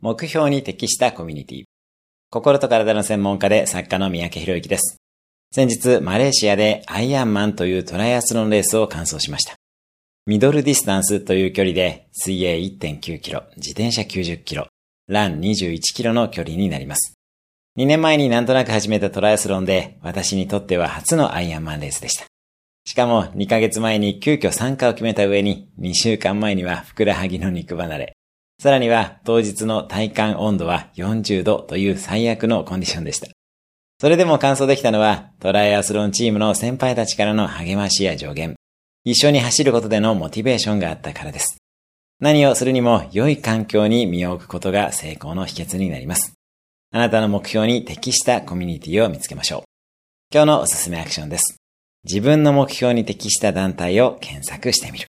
目標に適したコミュニティ。心と体の専門家で作家の三宅博之です。先日、マレーシアでアイアンマンというトライアスロンレースを完走しました。ミドルディスタンスという距離で水泳 1.9 キロ、自転車90キロ、ラン21キロの距離になります。2年前になんとなく始めたトライアスロンで私にとっては初のアイアンマンレースでした。しかも2ヶ月前に急遽参加を決めた上に2週間前にはふくらはぎの肉離れ。さらには当日の体感温度は40度という最悪のコンディションでした。それでも完走できたのはトライアスロンチームの先輩たちからの励ましや助言。一緒に走ることでのモチベーションがあったからです。何をするにも良い環境に身を置くことが成功の秘訣になります。あなたの目標に適したコミュニティを見つけましょう。今日のおすすめアクションです。自分の目標に適した団体を検索してみる。